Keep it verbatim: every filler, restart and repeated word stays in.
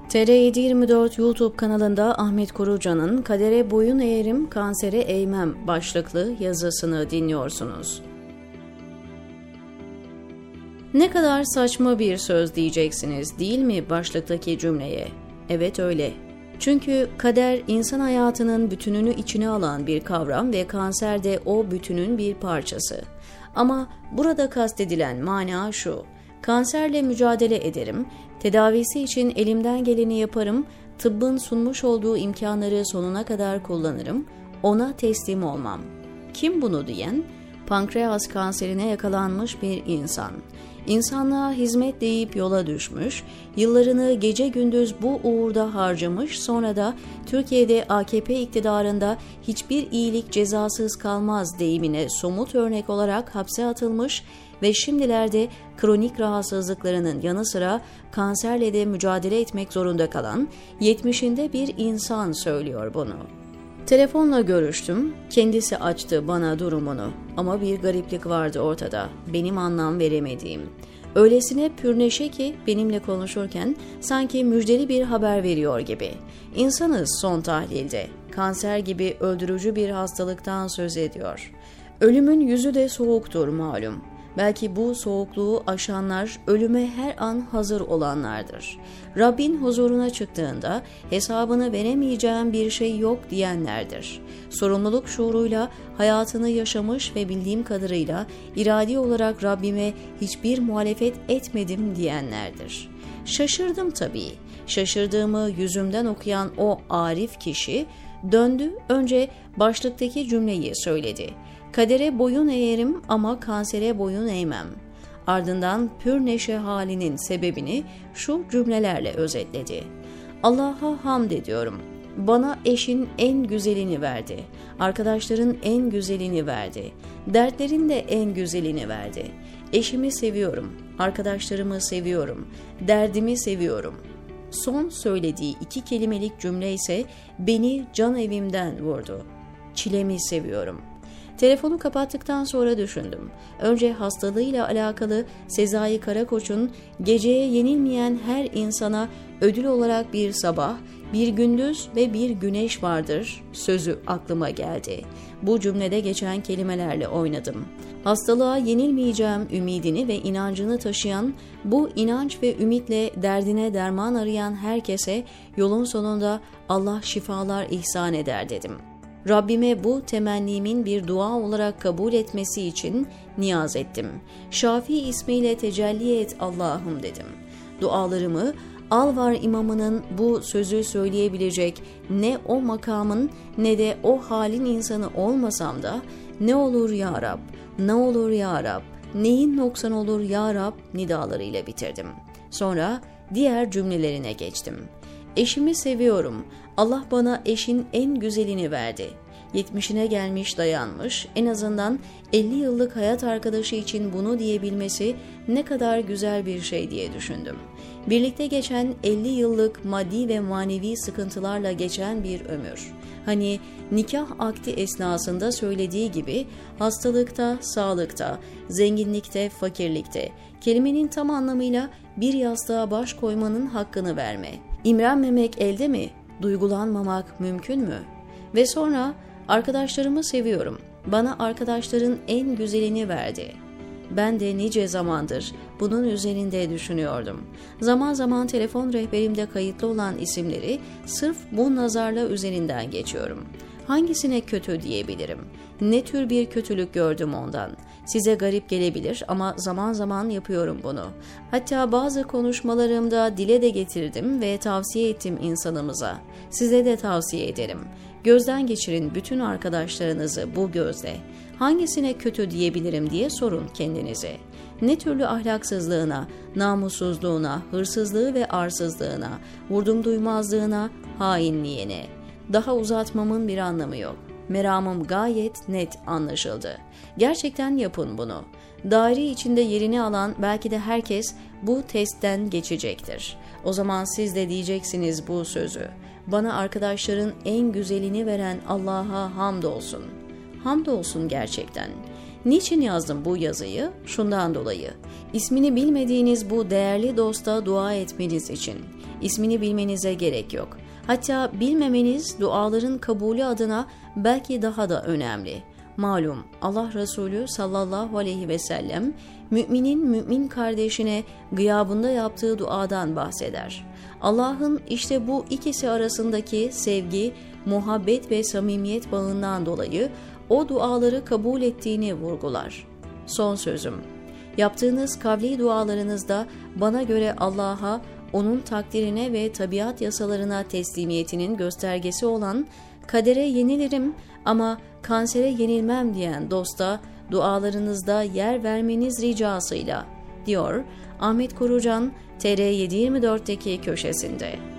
T R yedi yirmi dört YouTube kanalında Ahmet Kurucan'ın "Kadere boyun eğerim, kansere eğmem" başlıklı yazısını dinliyorsunuz. Ne kadar saçma bir söz diyeceksiniz, değil mi başlıktaki cümleye? Evet öyle. Çünkü kader insan hayatının bütününü içine alan bir kavram ve kanser de o bütünün bir parçası. Ama burada kastedilen mana şu: kanserle mücadele ederim, tedavisi için elimden geleni yaparım, tıbbın sunmuş olduğu imkanları sonuna kadar kullanırım, ona teslim olmam. Kim bunu diyen? Pankreas kanserine yakalanmış bir insan. İnsanlığa hizmet deyip yola düşmüş, yıllarını gece gündüz bu uğurda harcamış, sonra da Türkiye'de A K P iktidarında hiçbir iyilik cezasız kalmaz deyimine somut örnek olarak hapse atılmış ve şimdilerde kronik rahatsızlıklarının yanı sıra kanserle de mücadele etmek zorunda kalan yetmişinde bir insan söylüyor bunu. Telefonla görüştüm, kendisi açtı bana durumunu ama bir gariplik vardı ortada, benim anlam veremediğim. Öylesine pürneşe ki benimle konuşurken sanki müjdeli bir haber veriyor gibi. İnsanız son tahlilde, kanser gibi öldürücü bir hastalıktan söz ediyor. Ölümün yüzü de soğuktur malum. Belki bu soğukluğu aşanlar ölüme her an hazır olanlardır. Rabbin huzuruna çıktığında hesabını veremeyeceğim bir şey yok diyenlerdir. Sorumluluk şuuruyla hayatını yaşamış ve bildiğim kadarıyla iradi olarak Rabbime hiçbir muhalefet etmedim diyenlerdir. Şaşırdım tabii. Şaşırdığımı yüzümden okuyan o arif kişi döndü, önce başlıktaki cümleyi söyledi. Kadere boyun eğerim ama kansere boyun eğmem. Ardından pür neşe halinin sebebini şu cümlelerle özetledi. Allah'a hamd ediyorum. Bana eşin en güzelini verdi. Arkadaşların en güzelini verdi. Dertlerin de en güzelini verdi. Eşimi seviyorum. Arkadaşlarımı seviyorum. Derdimi seviyorum. Son söylediği iki kelimelik cümle ise beni can evimden vurdu. Çilemi seviyorum. Telefonu kapattıktan sonra düşündüm. Önce hastalığıyla alakalı Sezai Karakoç'un "Geceye yenilmeyen her insana ödül olarak bir sabah, bir gündüz ve bir güneş vardır" sözü aklıma geldi. Bu cümlede geçen kelimelerle oynadım. Hastalığa yenilmeyeceğim ümidini ve inancını taşıyan, bu inanç ve ümitle derdine derman arayan herkese yolun sonunda Allah şifalar ihsan eder dedim. Rabbime bu temennimin bir dua olarak kabul etmesi için niyaz ettim. Şafii ismiyle tecelli et Allah'ım dedim. Dualarımı Alvar imamının bu sözü söyleyebilecek ne o makamın ne de o halin insanı olmasam da "Ne olur ya Rab, ne olur ya Rab, neyin noksan olur ya Rab" nidalarıyla bitirdim. Sonra diğer cümlelerine geçtim. Eşimi seviyorum. Allah bana eşin en güzelini verdi. Yetmişine gelmiş dayanmış, en azından elli yıllık hayat arkadaşı için bunu diyebilmesi ne kadar güzel bir şey diye düşündüm. Birlikte geçen elli yıllık maddi ve manevi sıkıntılarla geçen bir ömür. Hani nikah akdi esnasında söylediği gibi hastalıkta, sağlıkta, zenginlikte, fakirlikte, kelimenin tam anlamıyla bir yastığa baş koymanın hakkını verme. İmrenmemek elde mi? Duygulanmamak mümkün mü? Ve sonra arkadaşlarımı seviyorum. Bana arkadaşların en güzelini verdi. Ben de nice zamandır bunun üzerinde düşünüyordum. Zaman zaman telefon rehberimde kayıtlı olan isimleri sırf bu nazarla üzerinden geçiyorum. Hangisine kötü diyebilirim? Ne tür bir kötülük gördüm ondan? Size garip gelebilir ama zaman zaman yapıyorum bunu. Hatta bazı konuşmalarımda dile de getirdim ve tavsiye ettim insanımıza. Size de tavsiye ederim. Gözden geçirin bütün arkadaşlarınızı bu gözle. Hangisine kötü diyebilirim diye sorun kendinize. Ne türlü ahlaksızlığına, namussuzluğuna, hırsızlığı ve arsızlığına, vurdum duymazlığına, hainliğine. Daha uzatmamın bir anlamı yok. Meramım gayet net anlaşıldı. Gerçekten yapın bunu. Daire içinde yerini alan belki de herkes bu testten geçecektir. O zaman siz de diyeceksiniz bu sözü. Bana arkadaşların en güzelini veren Allah'a hamdolsun. Hamdolsun gerçekten. Niçin yazdım bu yazıyı? Şundan dolayı. İsmini bilmediğiniz bu değerli dosta dua etmeniz için. İsmini bilmenize gerek yok. Hatta bilmemeniz duaların kabulü adına belki daha da önemli. Malum Allah Resulü sallallahu aleyhi ve sellem müminin mümin kardeşine gıyabında yaptığı duadan bahseder. Allah'ın işte bu ikisi arasındaki sevgi, muhabbet ve samimiyet bağından dolayı o duaları kabul ettiğini vurgular. Son sözüm. Yaptığınız kavli dualarınızda bana göre Allah'a, onun takdirine ve tabiat yasalarına teslimiyetinin göstergesi olan kadere yenilirim ama kansere yenilmem diyen dosta dualarınızda yer vermeniz ricasıyla, diyor Ahmet Korucan T R yedi yirmi dört'teki köşesinde.